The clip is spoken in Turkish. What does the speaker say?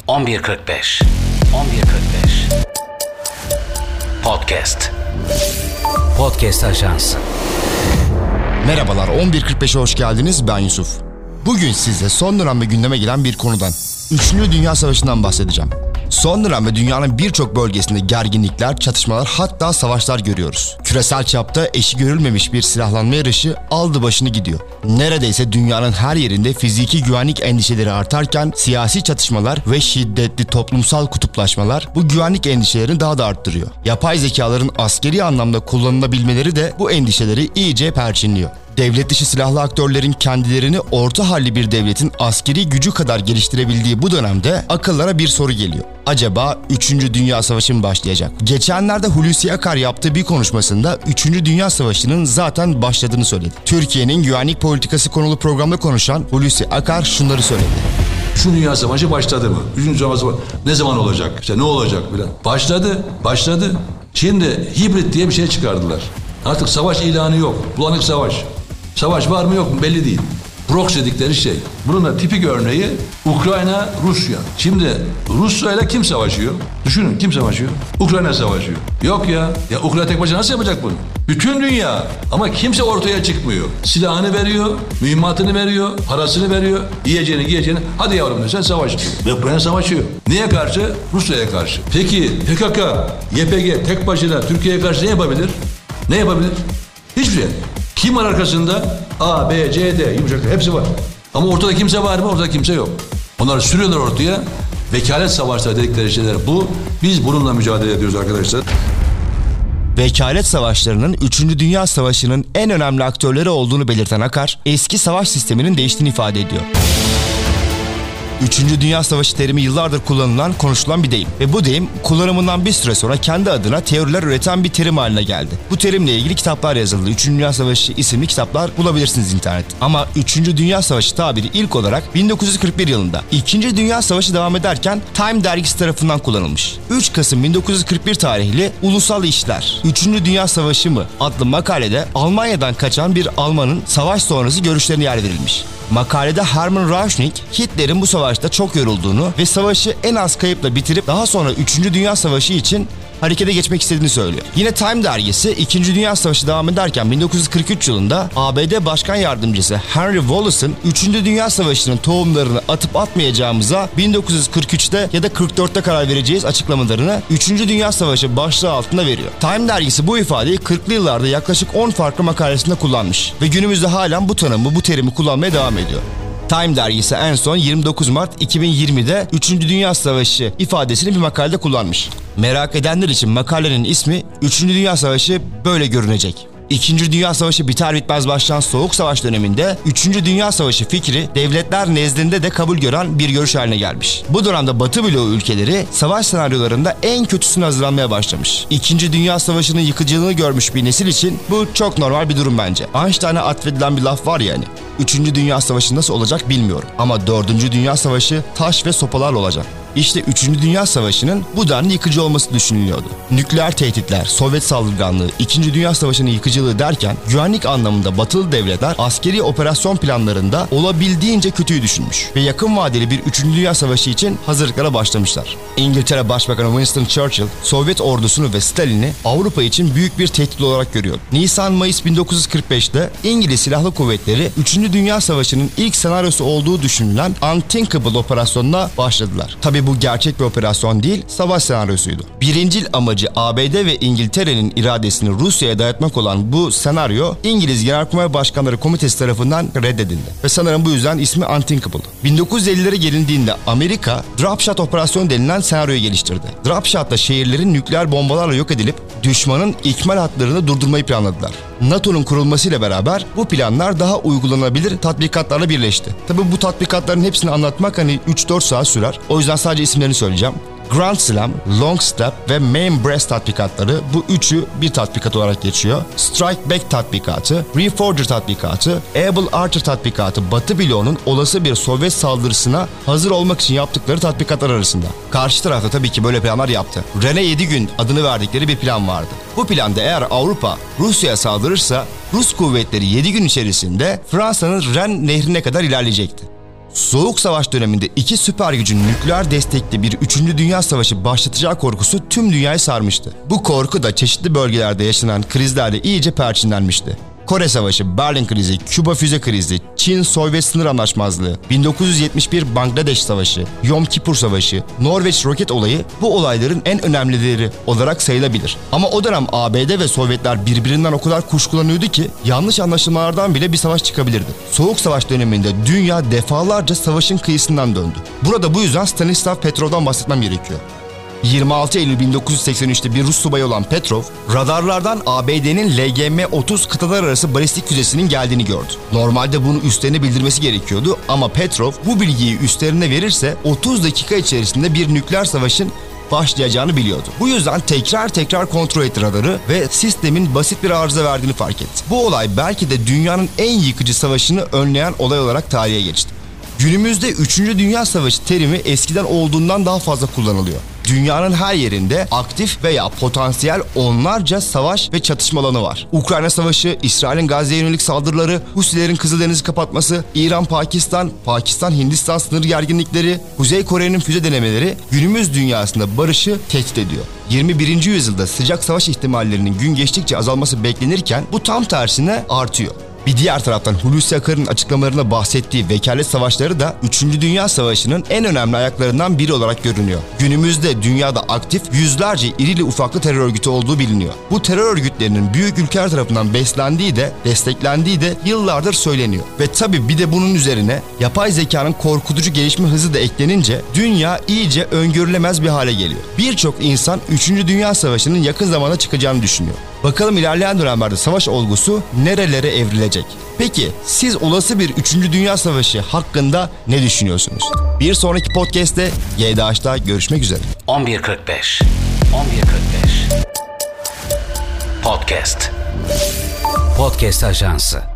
11.45 Podcast Ajansı. Merhabalar, 11.45'e hoş geldiniz. Ben Yusuf. Bugün size son dönemde gündeme gelen bir konudan, 3. Dünya Savaşı'ndan bahsedeceğim. Son dönemde dünyanın birçok bölgesinde gerginlikler, çatışmalar, hatta savaşlar görüyoruz. Küresel çapta eşi görülmemiş bir silahlanma yarışı aldı başını gidiyor. Neredeyse dünyanın her yerinde fiziki güvenlik endişeleri artarken siyasi çatışmalar ve şiddetli toplumsal kutuplaşmalar bu güvenlik endişelerini daha da arttırıyor. Yapay zekaların askeri anlamda kullanılabilmeleri de bu endişeleri iyice perçinliyor. Devlet dışı silahlı aktörlerin kendilerini orta halli bir devletin askeri gücü kadar geliştirebildiği bu dönemde akıllara bir soru geliyor. Acaba 3. Dünya Savaşı mı başlayacak? Geçenlerde Hulusi Akar yaptığı bir konuşmasında 3. Dünya Savaşı'nın zaten başladığını söyledi. Türkiye'nin güvenlik politikası konulu programda konuşan Hulusi Akar şunları söyledi. Şu Dünya Savaşı başladı mı? 3. Dünya Savaşı ne zaman olacak? İşte ne olacak filan. Başladı. Şimdi hibrit diye bir şey çıkardılar. Artık savaş ilanı yok. Bulanık savaş. Savaş var mı yok mu belli değil. Proxy dedikleri şey. Bunun da tipik örneği Ukrayna, Rusya. Şimdi Rusya ile kim savaşıyor? Düşünün, kim savaşıyor? Ukrayna savaşıyor. Yok ya. Ya Ukrayna tek başına nasıl yapacak bunu? Bütün dünya. Ama kimse ortaya çıkmıyor. Silahını veriyor, mühimmatını veriyor, parasını veriyor, yiyeceğini giyeceğini. Hadi yavrum diyor, sen savaş diyor. Ve Ukrayna savaşıyor. Niye karşı? Rusya'ya karşı. Peki PKK, YPG tek başına Türkiye'ye karşı ne yapabilir? Ne yapabilir? Hiçbir şey. Kim var arkasında? A, B, C, D, yumuşaklar hepsi var. Ama ortada kimse var mı? Ortada kimse yok. Onları sürüyorlar ortaya. Vekalet savaşları dedikleri şeyler bu. Biz bununla mücadele ediyoruz arkadaşlar. Vekalet savaşlarının 3. Dünya Savaşı'nın en önemli aktörleri olduğunu belirten Akar, eski savaş sisteminin değiştiğini ifade ediyor. 3. Dünya Savaşı terimi yıllardır kullanılan, konuşulan bir deyim. Ve bu deyim kullanımından bir süre sonra kendi adına teoriler üreten bir terim haline geldi. Bu terimle ilgili kitaplar yazıldı. 3. Dünya Savaşı isimli kitaplar bulabilirsiniz internette. Ama 3. Dünya Savaşı tabiri ilk olarak 1941 yılında 2. Dünya Savaşı devam ederken Time dergisi tarafından kullanılmış. 3 Kasım 1941 tarihli Ulusal İşler, 3. Dünya Savaşı mı adlı makalede Almanya'dan kaçan bir Almanın savaş sonrası görüşlerine yer verilmiş. Makalede Hermann Rauschning, Hitler'in bu savaşta çok yorulduğunu ve savaşı en az kayıpla bitirip daha sonra 3. Dünya Savaşı için harekete geçmek istediğini söylüyor. Yine Time dergisi 2. Dünya Savaşı devam ederken 1943 yılında ABD Başkan Yardımcısı Henry Wallace'ın 3. Dünya Savaşı'nın tohumlarını atıp atmayacağımıza 1943'te ya da 44'te karar vereceğiz açıklamalarını 3. Dünya Savaşı başlığı altında veriyor. Time dergisi bu ifadeyi 40'lı yıllarda yaklaşık 10 farklı makalesinde kullanmış ve günümüzde halen bu tanımı, bu terimi kullanmaya devam ediyor. Time dergisi en son 29 Mart 2020'de 3. Dünya Savaşı ifadesini bir makalede kullanmış. Merak edenler için makalenin ismi 3. Dünya Savaşı böyle görünecek. 2. Dünya Savaşı biter bitmez başlayan Soğuk Savaş döneminde 3. Dünya Savaşı fikri devletler nezdinde de kabul gören bir görüş haline gelmiş. Bu dönemde Batı bloğu ülkeleri savaş senaryolarında en kötüsünü hazırlanmaya başlamış. 2. Dünya Savaşı'nın yıkıcılığını görmüş bir nesil için bu çok normal bir durum bence. Einstein'a atfedilen bir laf var ya hani. 3. Dünya Savaşı nasıl olacak bilmiyorum ama 4. Dünya Savaşı taş ve sopalarla olacak. İşte 3. Dünya Savaşı'nın bu denli yıkıcı olması düşünülüyordu. Nükleer tehditler, Sovyet saldırganlığı, 2. Dünya Savaşı'nın yıkıcılığı derken güvenlik anlamında batılı devletler askeri operasyon planlarında olabildiğince kötüyü düşünmüş ve yakın vadeli bir 3. Dünya Savaşı için hazırlıklara başlamışlar. İngiltere Başbakanı Winston Churchill, Sovyet ordusunu ve Stalin'i Avrupa için büyük bir tehdit olarak görüyor. Nisan-Mayıs 1945'te İngiliz Silahlı Kuvvetleri 3. Dünya Savaşı'nın ilk senaryosu olduğu düşünülen Unthinkable operasyonuna başladılar. Tabi bu gerçek bir operasyon değil, savaş senaryosuydu. Birincil amacı ABD ve İngiltere'nin iradesini Rusya'ya dayatmak olan bu senaryo İngiliz Genelkurmay Başkanları Komitesi tarafından reddedildi. Ve sanırım bu yüzden ismi Unthinkable. 1950'lere gelindiğinde Amerika Drop Shot operasyonu denilen senaryoyu geliştirdi. Drop Shot'ta şehirlerin nükleer bombalarla yok edilip düşmanın ikmal hatlarını durdurmayı planladılar. NATO'nun kurulmasıyla beraber bu planlar daha uygulanabilir tatbikatlarla birleşti. Tabii bu tatbikatların hepsini anlatmak 3-4 saat sürer. O yüzden sadece isimlerini söyleyeceğim. Grand Slam, Long Step ve Main Breast tatbikatları, bu üçü bir tatbikat olarak geçiyor. Strike Back tatbikatı, Reforger tatbikatı, Able Archer tatbikatı Batı bloğunun olası bir Sovyet saldırısına hazır olmak için yaptıkları tatbikatlar arasında. Karşı tarafta tabii ki böyle planlar yaptı. Rene 7 gün adını verdikleri bir plan vardı. Bu planda eğer Avrupa Rusya'ya saldırırsa Rus kuvvetleri 7 gün içerisinde Fransa'nın Ren nehrine kadar ilerleyecekti. Soğuk Savaş döneminde iki süper gücün nükleer destekli bir 3. Dünya Savaşı başlatacağı korkusu tüm dünyayı sarmıştı. Bu korku da çeşitli bölgelerde yaşanan krizlerle iyice perçinlenmişti. Kore Savaşı, Berlin krizi, Küba füze krizi, Çin-Sovyet sınır anlaşmazlığı, 1971 Bangladeş Savaşı, Yom Kipur Savaşı, Norveç roket olayı bu olayların en önemlileri olarak sayılabilir. Ama o dönem ABD ve Sovyetler birbirinden o kadar kuşkulanıyordu ki yanlış anlaşılmalardan bile bir savaş çıkabilirdi. Soğuk Savaş döneminde dünya defalarca savaşın kıyısından döndü. Burada bu yüzden Stanislav Petrov'dan bahsetmem gerekiyor. 26 Eylül 1983'te bir Rus subayı olan Petrov, radarlardan ABD'nin LGM-30 kıtalar arası balistik füzesinin geldiğini gördü. Normalde bunu üstlerine bildirmesi gerekiyordu ama Petrov bu bilgiyi üstlerine verirse 30 dakika içerisinde bir nükleer savaşın başlayacağını biliyordu. Bu yüzden tekrar kontrol etti radarı ve sistemin basit bir arıza verdiğini fark etti. Bu olay belki de dünyanın en yıkıcı savaşını önleyen olay olarak tarihe geçti. Günümüzde 3. Dünya Savaşı terimi eskiden olduğundan daha fazla kullanılıyor. Dünyanın her yerinde aktif veya potansiyel onlarca savaş ve çatışma alanı var. Ukrayna Savaşı, İsrail'in Gazze'ye yönelik saldırıları, Husilerin Kızıldeniz'i kapatması, İran-Pakistan, Pakistan-Hindistan sınır gerginlikleri, Kuzey Kore'nin füze denemeleri günümüz dünyasında barışı tehdit ediyor. 21. yüzyılda sıcak savaş ihtimallerinin gün geçtikçe azalması beklenirken bu tam tersine artıyor. Bir diğer taraftan Hulusi Akar'ın açıklamalarında bahsettiği vekalet savaşları da 3. Dünya Savaşı'nın en önemli ayaklarından biri olarak görünüyor. Günümüzde dünyada aktif yüzlerce irili ufaklı terör örgütü olduğu biliniyor. Bu terör örgütlerinin büyük ülkeler tarafından beslendiği de desteklendiği de yıllardır söyleniyor. Ve tabii bir de bunun üzerine yapay zekanın korkutucu gelişme hızı da eklenince dünya iyice öngörülemez bir hale geliyor. Birçok insan 3. Dünya Savaşı'nın yakın zamanda çıkacağını düşünüyor. Bakalım ilerleyen dönemlerde savaş olgusu nerelere evrilecek? Peki siz olası bir 3. Dünya Savaşı hakkında ne düşünüyorsunuz? Bir sonraki podcast'te GDH'da görüşmek üzere. 11.45 Podcast Ajansı.